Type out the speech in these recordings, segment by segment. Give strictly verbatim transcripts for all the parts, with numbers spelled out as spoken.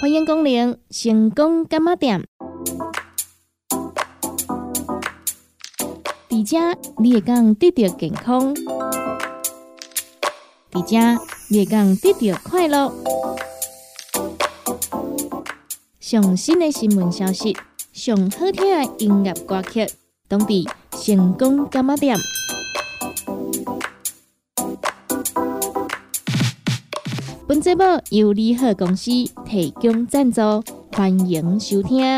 欢迎光临成功柑仔店。伫遮你会讲得到健康，伫遮你会讲得到快乐。上新的新闻消息，上好听的音乐歌曲，拢伫成功柑仔店。本节目由利好公司提供赞助，欢迎收听。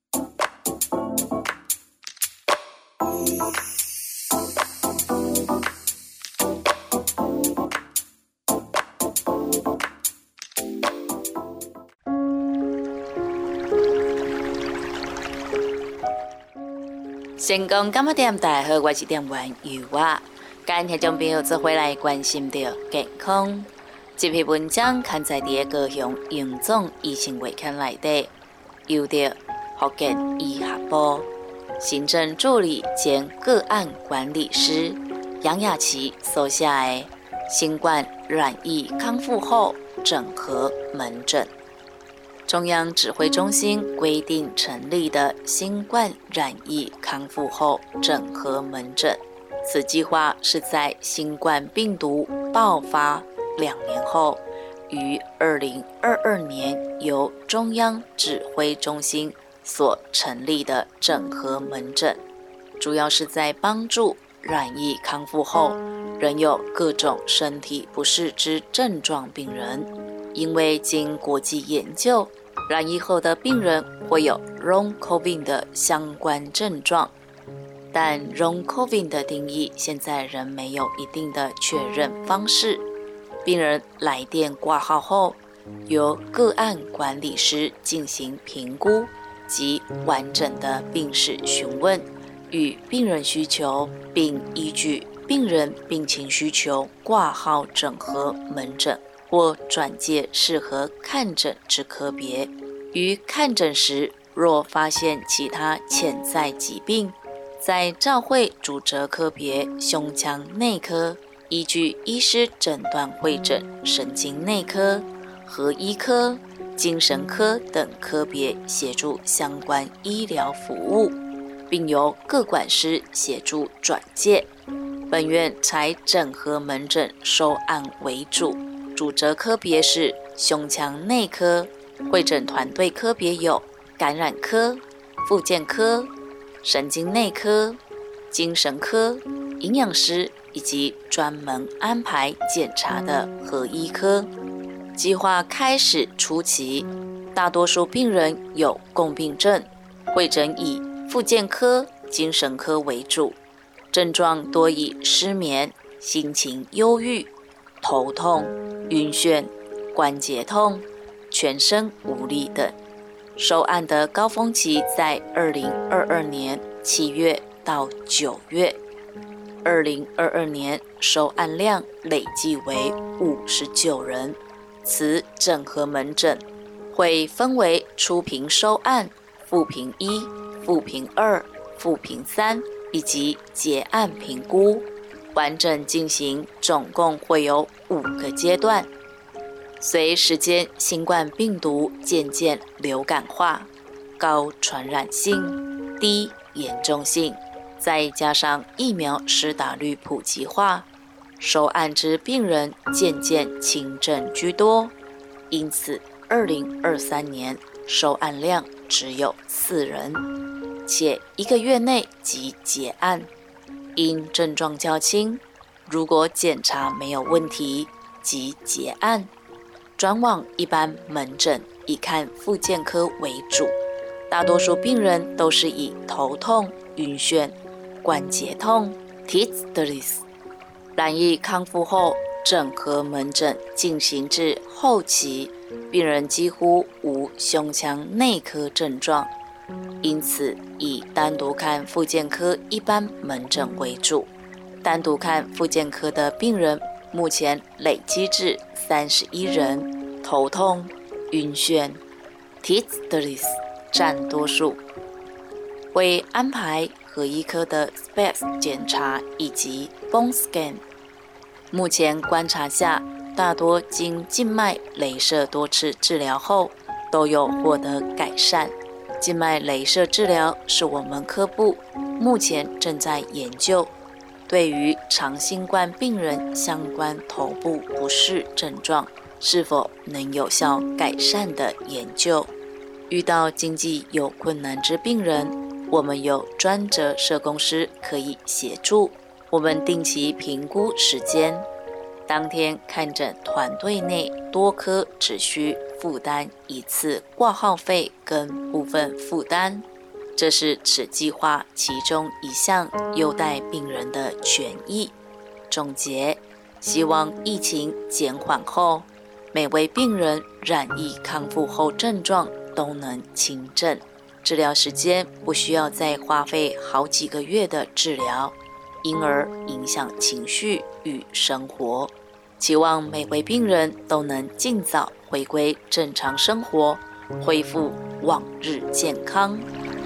成功柑仔店，大家好，我是店员尤娃。今日将朋友做回来关心到健康。这篇文章刊载伫高雄荣总医生月刊内底，由着福建医学部行政助理兼个案管理师杨雅琪所写的新冠染疫康复后整合门诊。中央指挥中心规定成立的新冠染疫康复后整合门诊，此计划是在新冠病毒爆发两年后，于二零二二年由中央指挥中心所成立的整合门诊，主要是在帮助染疫康复后仍有各种身体不适之症状病人。因为经国际研究，染疫后的病人会有 Long COVID 的相关症状，但 Long COVID 的定义现在仍没有一定的确认方式。病人来电挂号后，由个案管理师进行评估及完整的病史询问与病人需求，并依据病人病情需求挂号整合门诊或转介适合看诊之科别。于看诊时若发现其他潜在疾病，在照会主责科别胸腔内科，依据医师诊断会诊神经内科、核医科、精神科等科别协助相关医疗服务，并由各管师协助转介。本院采整合门诊收案为主，主责科别是胸腔内科，会诊团队科别有感染科、复健科、神经内科、精神科、营养师以及专门安排检查的核医科。计划开始初期，大多数病人有共病症，会诊以复健科、精神科为主，症状多以失眠、心情忧郁、头痛、晕眩、关节痛、全身无力等。收案的高峰期在二零二二年七月到九月。二零二二年收案量累计为五十九人。此整合门诊会分为初评收案、复评一、复评二、复评三以及结案评估，完整进行总共会有五个阶段。随时间，新冠病毒渐渐流感化，高传染性、低严重性，再加上疫苗施打率普及化，收案之病人渐渐轻症居多，因此二零二三年收案量只有四人，且一个月内即结案。因症状较轻，如果检查没有问题即结案，转往一般门诊，以看复健科为主。大多数病人都是以头痛、晕眩、关节痛、体质染疫康复后，整合门诊进行至后期，病人几乎无胸腔内科症状，因此以单独看复健科一般门诊为主。单独看复健科的病人目前累积至三十一人，头痛、晕眩、体质占多数。会安排核医科的 S P E C 检查以及 Bone Scan。目前观察下，大多经静脉雷射多次治疗后， 都有获得改善。静脉雷射治疗是我们科部目前正在研究对于长新冠病人相关头部不适症状是否能有效改善的研究。遇到经济有困难之病人，我们有专责社工师可以协助。我们定期评估时间，当天看诊团队内多科只需负担一次挂号费跟部分负担，这是此计划其中一项优待病人的权益。总结，希望疫情减缓后，每位病人染疫康复后症状都能轻症，治疗时间不需要再花费好几个月的治疗，因而影响情绪与生活。期望每位病人都能尽早回归正常生活，恢复往日健康。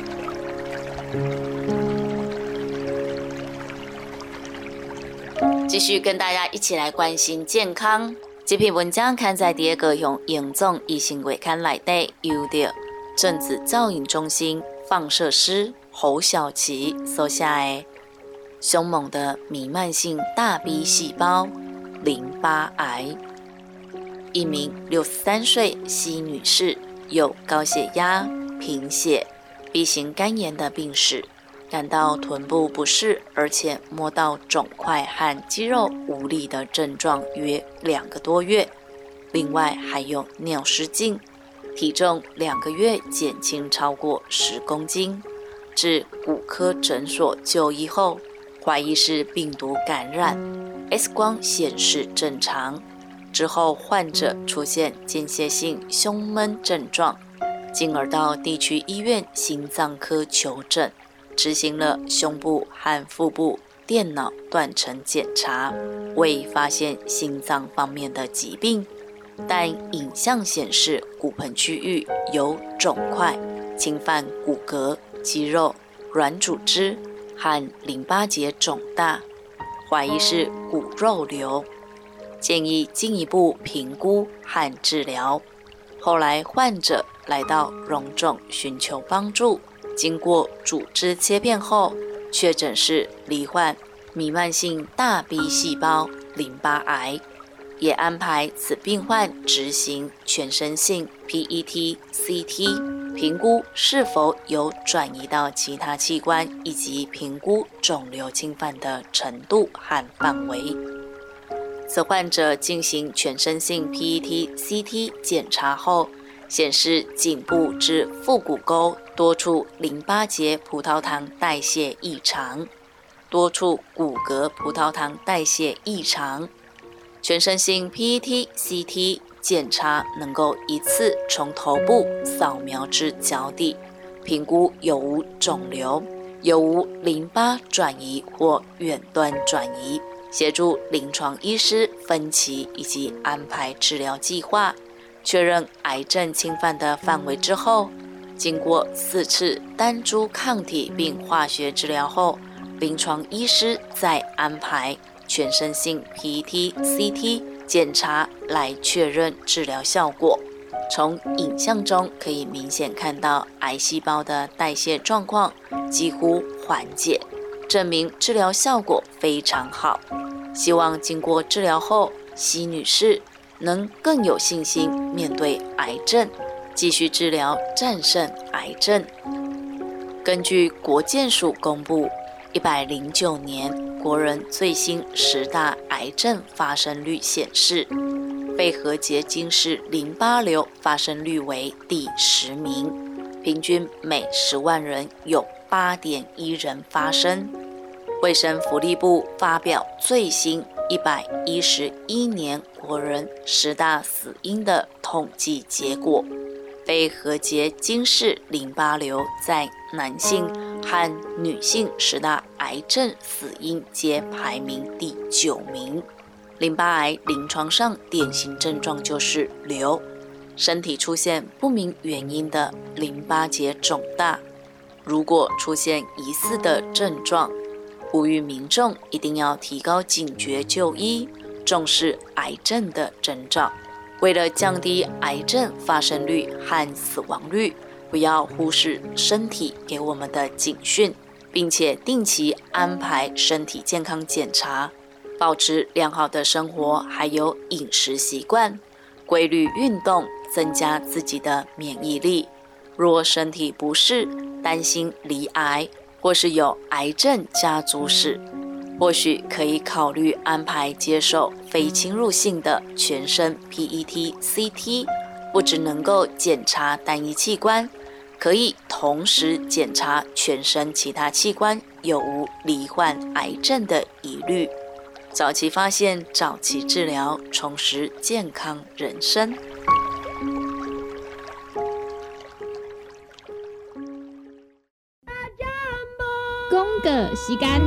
继续跟大家一起来关心健康。这篇文章刊在第二个用严重疫情月刊内底，由着正子造影中心放射师侯小琪所写的凶猛的弥漫性大 B 细胞淋巴癌。一名六十三岁西女士有高血压、贫血、B 型肝炎的病史，感到臀部不适，而且摸到肿块和肌肉无力的症状约两个多月。另外还有尿失禁，体重两个月减轻超过十公斤。至骨科诊所就医后，怀疑是病毒感染 ，X 光显示正常。之后患者出现间歇性胸闷症状，进而到地区医院心脏科求诊，执行了胸部和腹部电脑断层检查，未发现心脏方面的疾病，但影像显示骨盆区域有肿块，侵犯骨骼、肌肉、软组织和淋巴结肿大，怀疑是骨肉瘤，建议进一步评估和治疗。后来患者来到荣总寻求帮助，经过组织切片后，确诊是罹患弥漫性大 B 细胞淋巴癌，也安排此病患执行全身性 P E T C T， 评估是否有转移到其他器官，以及评估肿瘤侵犯的程度和范围。此患者进行全身性 P E T C T 检查后，显示颈部至腹股沟多处淋巴结葡萄糖代谢异常，多处骨骼葡萄糖代谢异常。全身性 P E T C T 检查能够一次从头部扫描至脚底，评估有无肿瘤，有无淋巴转移或远端转移，协助临床医师分期以及安排治疗计划。确认癌症侵犯的范围之后，经过四次单株抗体并化学治疗后，临床医师再安排全身性 P E T C T 检查来确认治疗效果。从影像中可以明显看到癌细胞的代谢状况几乎缓解，证明治疗效果非常好。希望经过治疗后，西女士能更有信心面对癌症，继续治疗战胜癌症。根据国健署公布一百零九年国人最新十大癌症发生率显示，肺核结晶式淋巴瘤发生率为第十名，平均每十万人有 八点一 人发生。卫生福利部发表最新一百一十一年国人十大死因的统计结果，肺核结晶式淋巴瘤在男性和女性十大癌症死因皆排名第九名。淋巴癌临床上典型症状就是瘤，身体出现不明原因的淋巴结肿大。如果出现疑似的症状，呼吁民众一定要提高警觉就医，重视癌症的征兆。 为了降低癌症发生率和死亡率，不要忽视身体给我们的警讯，并且定期安排身体健康检查，保持良好的生活还有饮食习惯，规律运动，增加自己的免疫力。若身体不适，担心罹癌或是有癌症家族史，或许可以考虑安排接受非侵入性的全身 P E T C T， 不只能够检查单一器官，可以同时检查全身其他器官有无罹患癌症的疑虑。早期发现，早期治疗，重拾健康人生。 公告时间。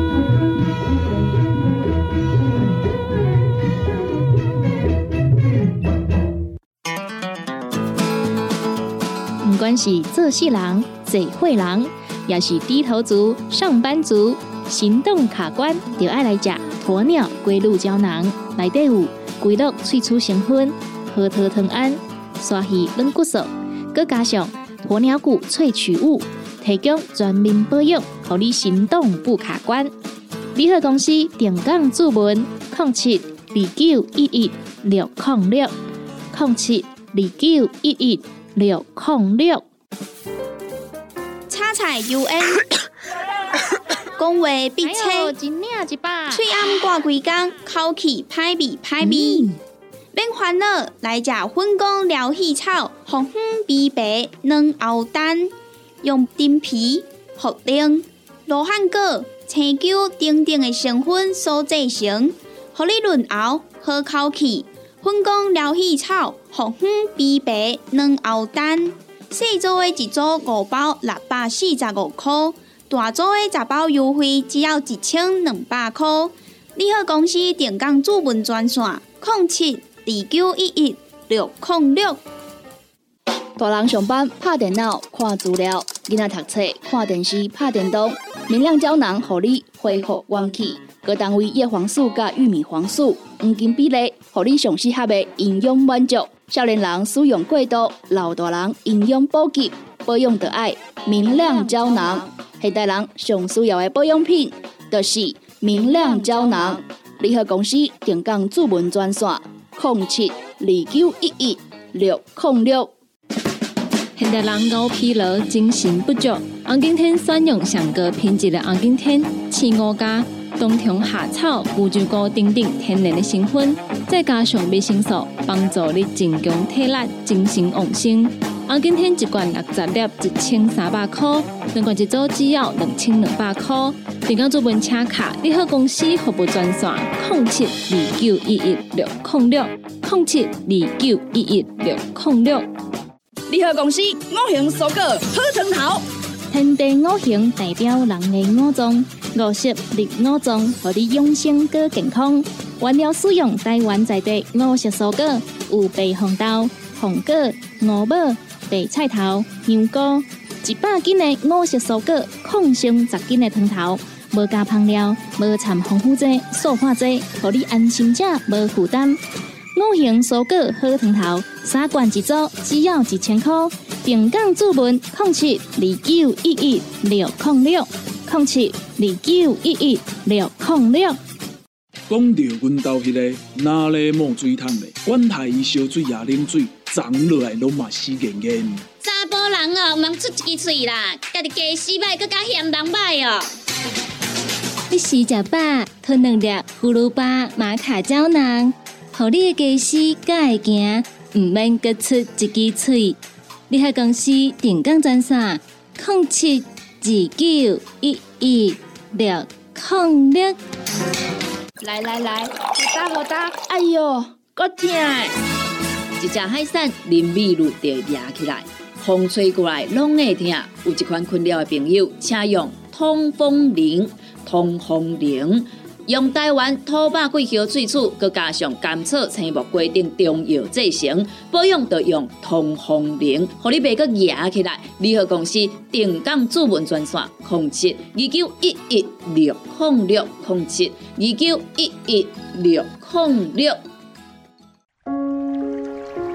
不管是做事人、做伙人，也是低头族、上班族，行动卡关，就爱来吃鸵鸟龟鹿胶囊。内底有龟鹿萃取成分、核桃藤胺、鲨鱼软骨素，佮加上鸵鸟骨萃取物，提供全面保养，让你行动不卡关。联合公司定岗注文：零七二九一一六零六零七二九一一六零六。 叉菜 U N 讲话必切，嘴暗挂规工，口气歹味歹味。免烦恼，来食粉果疗气草，红粉枇杷软喉丹，用陈皮、茯苓、罗汉果、青椒等等的成分所制成，互你润喉好口气。粉果疗气草，红粉枇杷软喉丹，细组的一组五包六百四十五块，大组的十包优惠只要一千两百块。联合公司定岗主文专线：零七二九一一六零六。 大人上班拍电脑看资料，囡仔读册看电视拍电动，明亮胶囊互你恢复元气。高单位叶黄素甲玉米黄素黄金比例，互你上适合的营养满足。少年人使用过度，老大人营养补给，保养就爱明亮胶囊。现代人上需要的保养品，就是明亮胶囊。联合公司定岗主文专线：零七二九一一六零六。 现代人熬疲劳、精神不足，红景天选用上高品质的红景天青五加，冬虫夏草、乌鸡菇等等天然的成分，再加上维生素，帮助你增强体力、精神旺盛。红景天一罐六十粒，一千三百块；两罐一组只要两千两百块。定岗主文车卡，联合公司服务专线：零七二九一一六零六零七二九一一六零六。 联合公司五行蔬果好汤头， 天地五行代表人的五脏，五色绿五脏，让你养生更健康。原料使用台湾在地五色蔬果，有白红豆、红果、五宝、白菜头、香菇，一百斤的五色蔬果，抗性十斤的汤头，无加香料，无掺防腐剂、塑化剂，让你安心吃，无负担。五行蔬果好汤头，三罐一组，只要一千块。定岗注文：零七二九一一六零六零七二九一一六零六。 讲到阮兜迄个哪里冒水桶的，管他伊烧水也啉水，长落来拢嘛死严严。 查甫人哦，毋通出一支嘴啦，家己家洗歹，搁较嫌人歹哦。 你食食饱，吞两粒葫芦巴玛卡胶囊。互你的家私才会行，毋免各出一支嘴。联合公司定岗专线：零七二九一一六零六。 来来来，好打好打！哎哟，够痛！一只海扇淋米露就压起来，风吹过来拢会痛。有一款困扰的朋友，请用通风铃，通风铃。用台湾土白桂花萃取，佮加上甘草、青木、规定中药制成，保养就用通风灵，互你袂佮压起来。联合公司定岗主文专线：零七二九一一六零六零七二九一一六零六。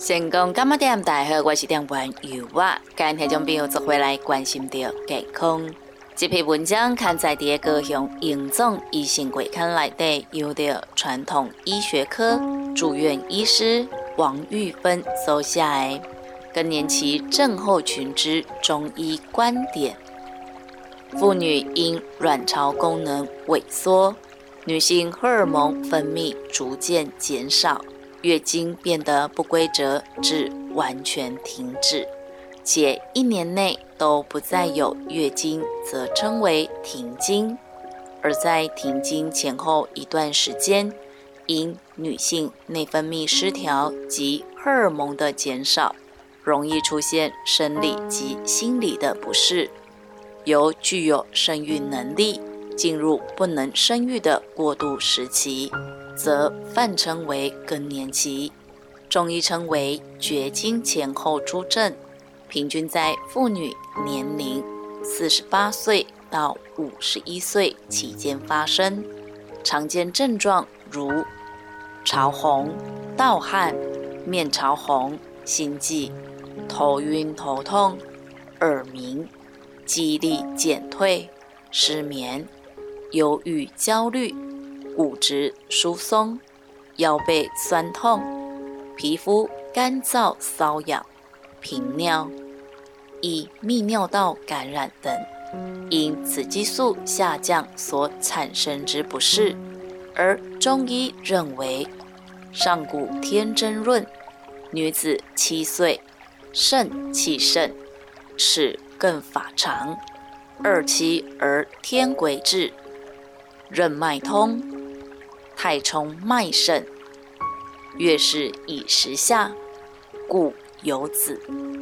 成功干嘛点？大家好，我是店员尤娃，今天将朋友做回来关心到健康。这篇文章刊载在高雄荣总医学月刊内底，由着传统医学科住院医师王玉芬所写的更年期症候群之中医观点。妇女因卵巢功能萎缩，女性荷尔蒙分泌逐渐减少，月经变得不规则至完全停止，且一年内都不再有月经，则称为停经。而在停经前后一段时间，因女性内分泌失调及荷尔蒙的减少，容易出现生理及心理的不适，由具有生育能力进入不能生育的过渡时期，则泛称为更年期，中医称为绝经前后诸症，平均在妇女年龄四十八岁到五十一岁期间发生。常见症状如潮红、盗汗、面潮红、心悸、头晕头痛、耳鸣、记忆力减退、失眠、忧郁焦虑、骨质疏松、腰背酸痛、皮肤干燥瘙痒、频尿、易泌尿道感染等，因雌激素下降所产生之不适。而中医认为，上古天真论，女子七岁，肾气盛，齿更法长，二七而天癸至，任脉通，太冲脉盛，月事以时下，故有子。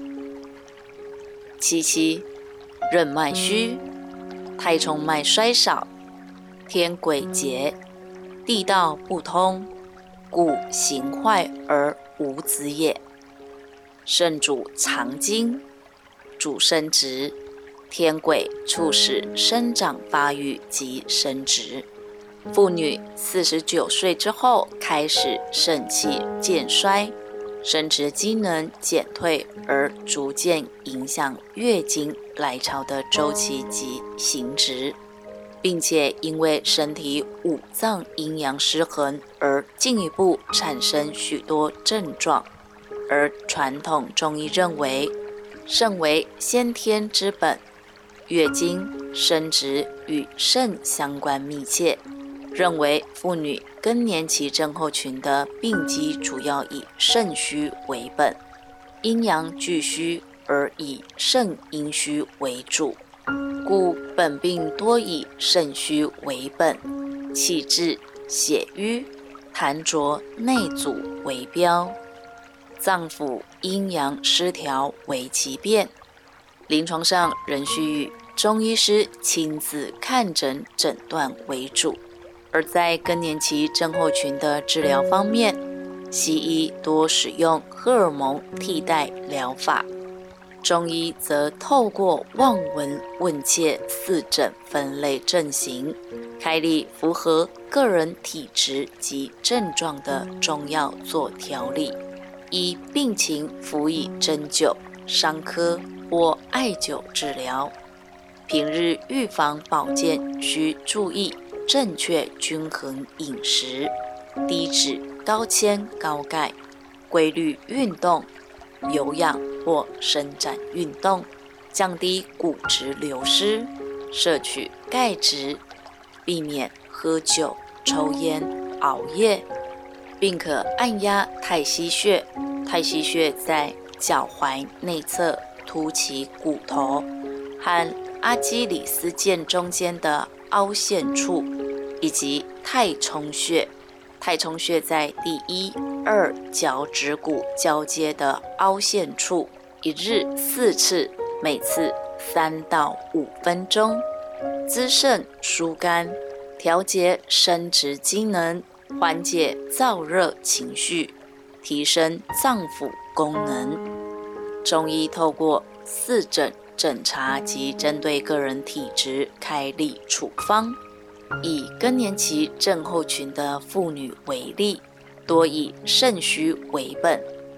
七七任脉虚，太冲脉衰少，天癸竭，地道不通，故形坏而无子也。肾主藏精，主生殖，天癸促使生长发育及生殖。妇女四十九岁之后开始肾气渐衰，生殖机能减退，而逐渐影响月经来潮的周期及形质，并且因为身体五脏阴阳失衡而进一步产生许多症状。而传统中医认为，肾为先天之本，月经、生殖与肾相关密切，认为妇女更年期症候群的病机主要以肾虚为本，阴阳俱虚而以肾阴虚为主，故本病多以肾虚为本，气滞、血瘀、痰浊、内阻为标，脏腑阴阳失调为其变。临床上仍需以中医师亲自看诊诊断为主。而在更年期症候群的治疗方面，西医多使用荷尔蒙替代疗法，中医则透过望闻问切四诊分类症型，开立符合个人体质及症状的中药做调理，依病情辅以针灸、伤科或艾灸治疗。平日预防保健需注意正确均衡饮食，低脂、高纤、高钙，规律运动、有氧或伸展运动，降低骨质流失，摄取钙质，避免喝酒、抽烟、熬夜，并可按压太溪穴。太溪穴在脚踝内侧凸起骨头和阿基里斯腱中间的凹陷处，以及太冲穴。太冲穴在第一、二脚趾骨交接的凹陷处，一日四次，每次三到五分钟，滋肾疏肝，调节生殖机能，缓解燥热情绪，提升脏腑功能。中医透过四诊诊查及针对个人体质开立处方。以更年期症候群的妇女为例，多以肾虚为本，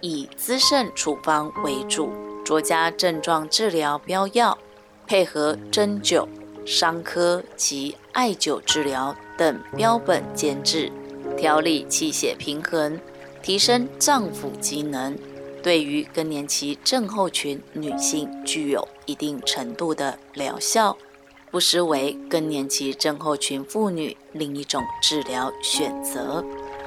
以滋肾处方为主，酌加症状治疗标药，配合针灸、伤科及艾灸治疗等标本兼治，调理气血平衡，提升脏腑机能，对于更年期症候群女性具有一定程度的疗效，不失为更年期症候群妇女另一种治疗选择。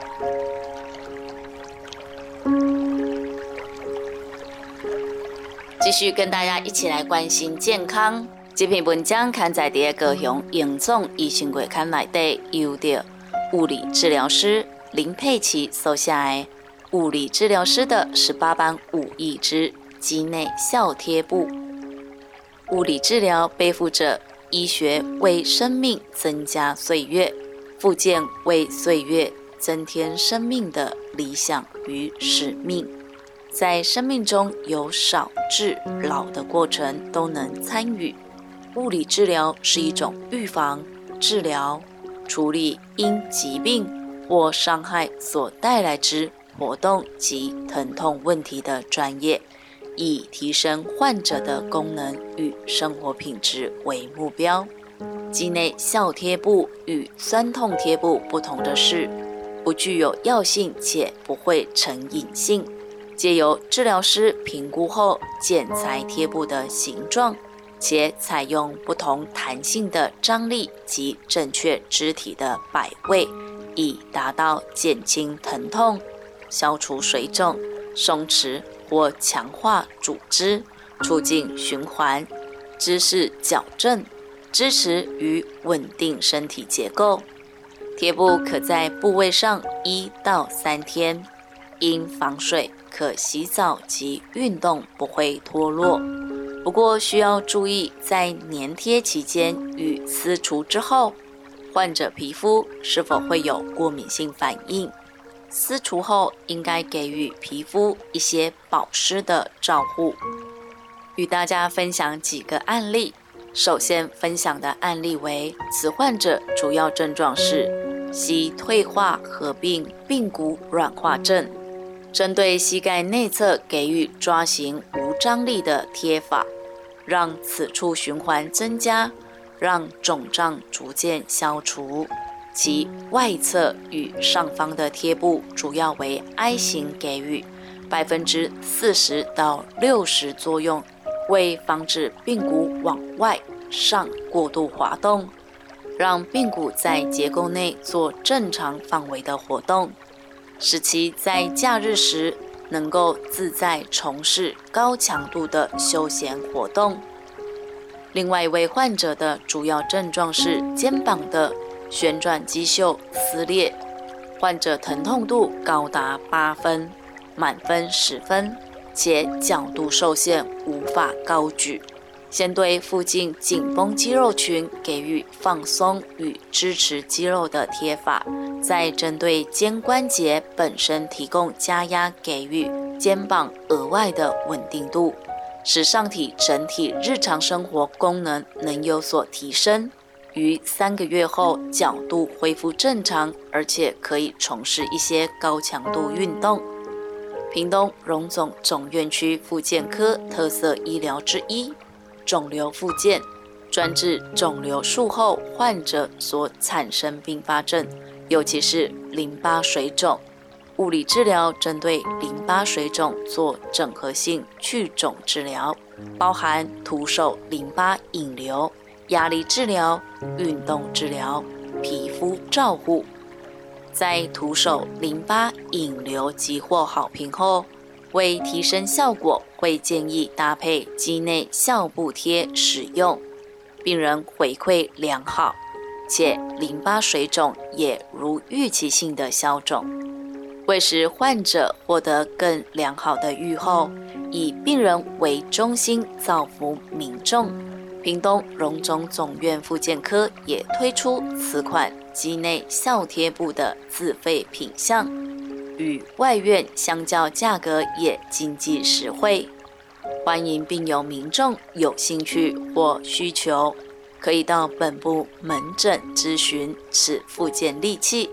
继续跟大家一起来关心健康。这篇文章刊载在高雄荣总医生月刊内底，由着物理治疗师林佩琪所写的物理治疗师的十八般武艺之肌内效贴布。物理治疗背负着医学为生命增加岁月，复健为岁月增添生命的理想与使命。在生命中有少至老的过程都能参与。物理治疗是一种预防、治疗、处理因疾病或伤害所带来之活动及疼痛问题的专业，以提升患者的功能与生活品质为目标。肌内效贴布与酸痛贴布不同的是，不具有药性且不会成瘾性，藉由治疗师评估后剪裁贴布的形状，且采用不同弹性的张力及正确肢体的摆位，以达到减轻疼痛、消除水肿、松弛或强化组织、促进循环、姿势矫正、支持与稳定身体结构。贴布可在部位上一到三天，因防水可洗澡及运动不会脱落。不过需要注意，在粘贴期间与撕除之后，患者皮肤是否会有过敏性反应。撕除后应该给予皮肤一些保湿的照护。与大家分享几个案例。首先分享的案例为，此患者主要症状是膝退化合并髌骨软化症，针对膝盖内侧给予抓形无张力的贴法，让此处循环增加，让肿胀逐渐消除。其外侧与上方的贴布主要为 I 型给予，百分之四十到六十作用，为防止髌骨往外上过度滑动，让髌骨在结构内做正常范围的活动，使其在假日时能够自在从事高强度的休闲活动。另外一位患者的主要症状是肩膀的旋转肌袖撕裂，患者疼痛度高达八分，满分十分，且角度受限，无法高举。先对附近紧绷肌肉群给予放松与支持肌肉的贴法，再针对肩关节本身提供加压，给予肩膀额外的稳定度，使上体整体日常生活功能能有所提升。于三个月后角度恢复正常，而且可以从事一些高强度运动。屏东荣总总院区复健科特色医疗之一，肿瘤复健专治肿瘤术后患者所产生并发症，尤其是淋巴水肿。物理治疗针对淋巴水肿做整合性去肿治疗，包含徒手淋巴引流、压力治疗、运动治疗、皮肤照护。在徒手淋巴引流即获好评后，为提升效果，会建议搭配肌内效布贴使用，病人回馈良好，且淋巴水肿也如预期性的消肿，为使患者获得更良好的预后，以病人为中心造福民众。屏东荣总总院复健科也推出此款肌内效贴布的自费品项，与外院相较价格也经济实惠。欢迎病友民众有兴趣或需求，可以到本部门诊咨询此复健利器，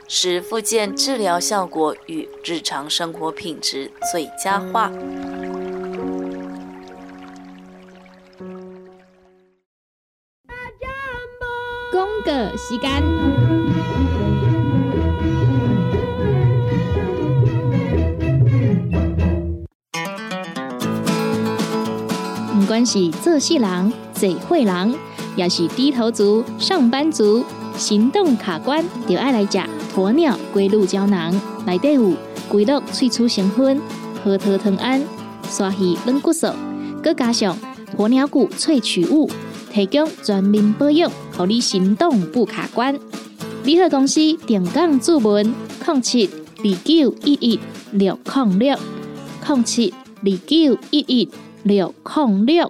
使复健治疗效果与日常生活品质最佳化。 公个时间。 不管是做事人、做伙人，也是低头族、上班族，行动卡关，就爱来吃鸵鸟龟鹿胶囊。内底有龟鹿萃取成分、核桃藤胺、鲨鱼软骨素，佮加上鸵鸟骨萃取物，提供全面保养，让你行动不卡关。联合公司定岗注文：零七二九一一六零六零七二九一一六零六。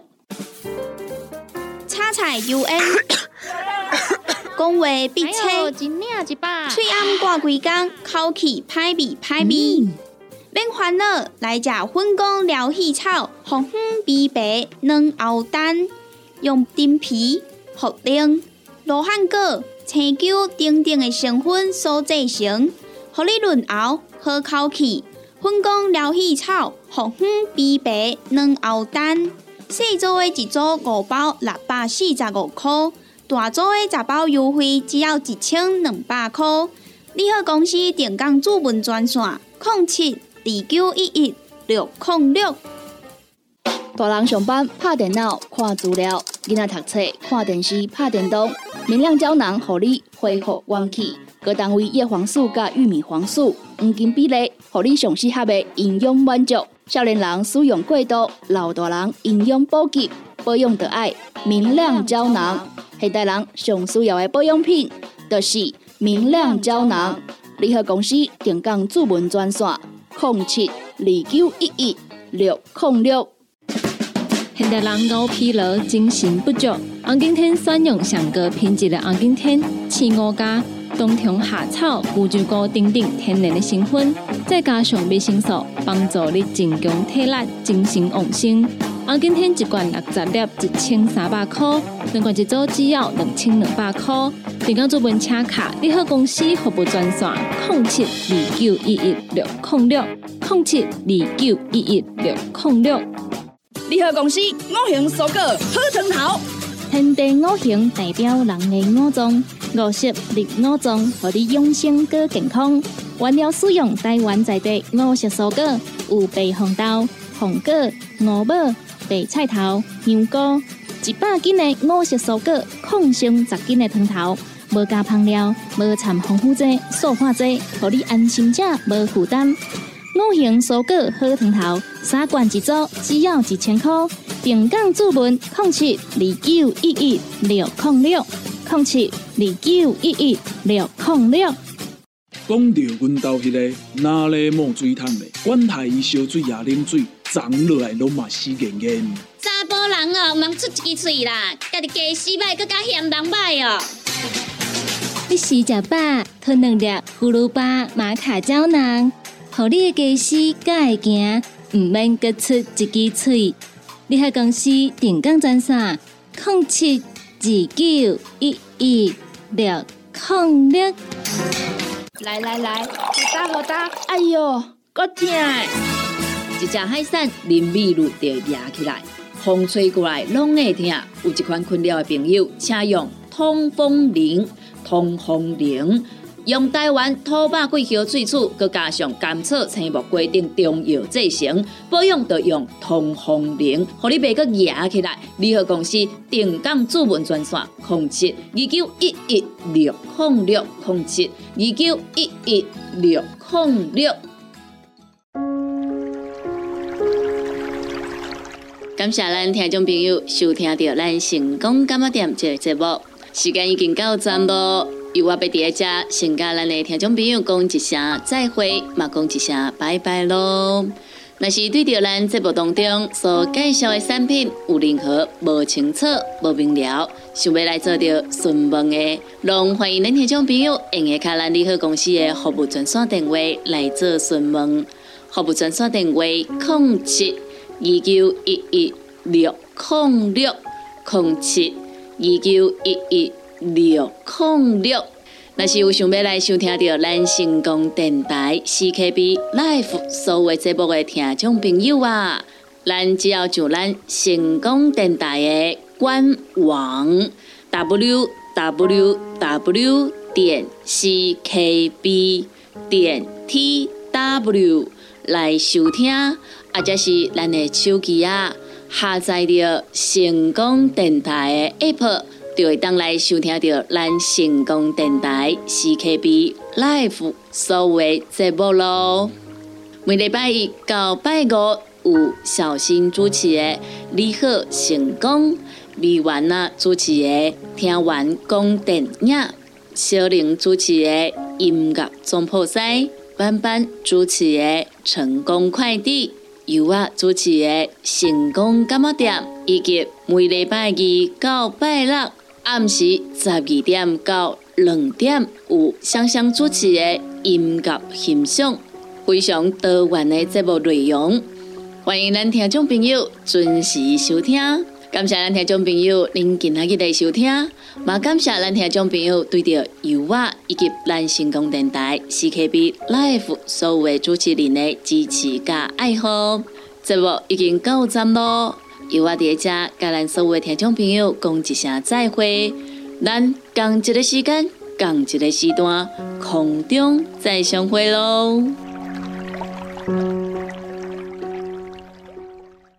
叉彩 U N 讲话必切，嘴暗挂规工，口气歹味歹味。免烦恼，来食粉果疗气草，红粉枇杷软喉丹，用陈皮、茯苓、罗汉果、青椒等等的成分所制成，互你润喉好口气。粉果疗气草，红粉枇杷软喉丹。细组的一组五包六百四十五块，大组的十包优惠只要一千两百块。联合公司定岗主文专线：零七二九一一六零六。 大人上班拍电脑看资料，囡仔读册看电视拍电动，明亮胶囊互你恢复元气。各单位叶黄素甲玉米黄素黄金比例，互你上适合的营养满足。少年人使用过度，老大人营养补给，保养就爱明亮胶囊。现代人上需要的保养品，就是明亮胶囊。联合公司定岗主文专线：零七二九一一六零六。 现代人熬疲劳、精神不足，红景天选用上高品质的红景天青乌加、冬虫夏草、乌鸡菇等等天然的成分，再加上维生素，帮助你增强体力、精神旺盛。红景天一罐六十粒，一千三百块；两罐一组只要两千两百块。定岗主文车卡，联合公司服务专线：零七二九一一六零六零七二九一一六零六。 联合公司五行蔬果好汤头， 天地五行代表人的五脏，五色绿五脏，让你养生更健康。原料使用台湾在地五色蔬果，有白红豆、红果、五宝、白菜头、香菇，一百斤的五色蔬果，抗性十斤的汤头。无加香料，无掺防腐剂、塑化剂，让你安心吃，无负担。五行蔬果好汤头，三罐一组，只要一千块。定岗注文：零七二九一一六零六零七二九一一六零六。 讲到阮兜迄个哪里冒水桶的，管他伊烧水也啉水，长落来拢嘛死严严。 查甫人哦，毋通出一支嘴啦，家己家洗歹，搁加嫌人歹哦。 你食食饱，吞两粒葫芦巴玛卡胶囊，互你的家洗才会行，毋免搁出一支嘴。联合公司定岗专线：零七二九一一六零六。 来来来，好打好打，哎哟，够痛！ 一只海扇淋米露就压起来，风吹过来拢会痛。有一款困扰的朋友，请用通风铃。通风铃用台湾土白桂花萃取，佮加上甘草、青木、规定中药制成，保养就用通风铃，互你袂佮压起来。联合公司定岗主文专线：零七二九一一六零六零七二九一一六零六。感谢咱听众朋友收听到咱成功柑仔店这个节目。时间已经到站咯，由我要伫咧遮，先甲咱的听众朋友讲一声再会，嘛讲一声拜拜咯。若是对着咱节目当中所介绍的产品有任何无清楚、无明了，想要来做着询问的，拢欢迎咱听众朋友用下卡咱联合公司的服务专线电话来做询问。服务专线电话：零七二九一一六零六零七。二九一一六零六， 若是有想要来收听到咱成功电台 C K B Life 所有节目的听众朋友啊，咱只要上咱成功电台的官网 w w w 点 c k b 点 t w 来收听，或者是咱的手机啊下载着成功电台的 app， 就会当来收听到咱成功电台 C K B Life 所有的节目咯。每礼拜一到拜五有小新主持的你好成功，美元啊主持的听完讲电影，小玲主持的音乐总铺塞，班班主持的成功快递，由我主持的成功柑仔店，以及每礼拜二到拜六暗时十二点到两点有香香主持的音乐欣赏，非常多元的节目内容，欢迎咱听众朋友准时收听。感谢咱听众朋友您今仔日的收听，嘛感谢咱听众朋友对着由我以及咱成功电台 C K B Life 所有的主持人的支持甲爱好。节目已经到站咯，由我伫遮甲咱所有的听众朋友讲一声再会，咱同一个时间、同一个时段空中再相会咯。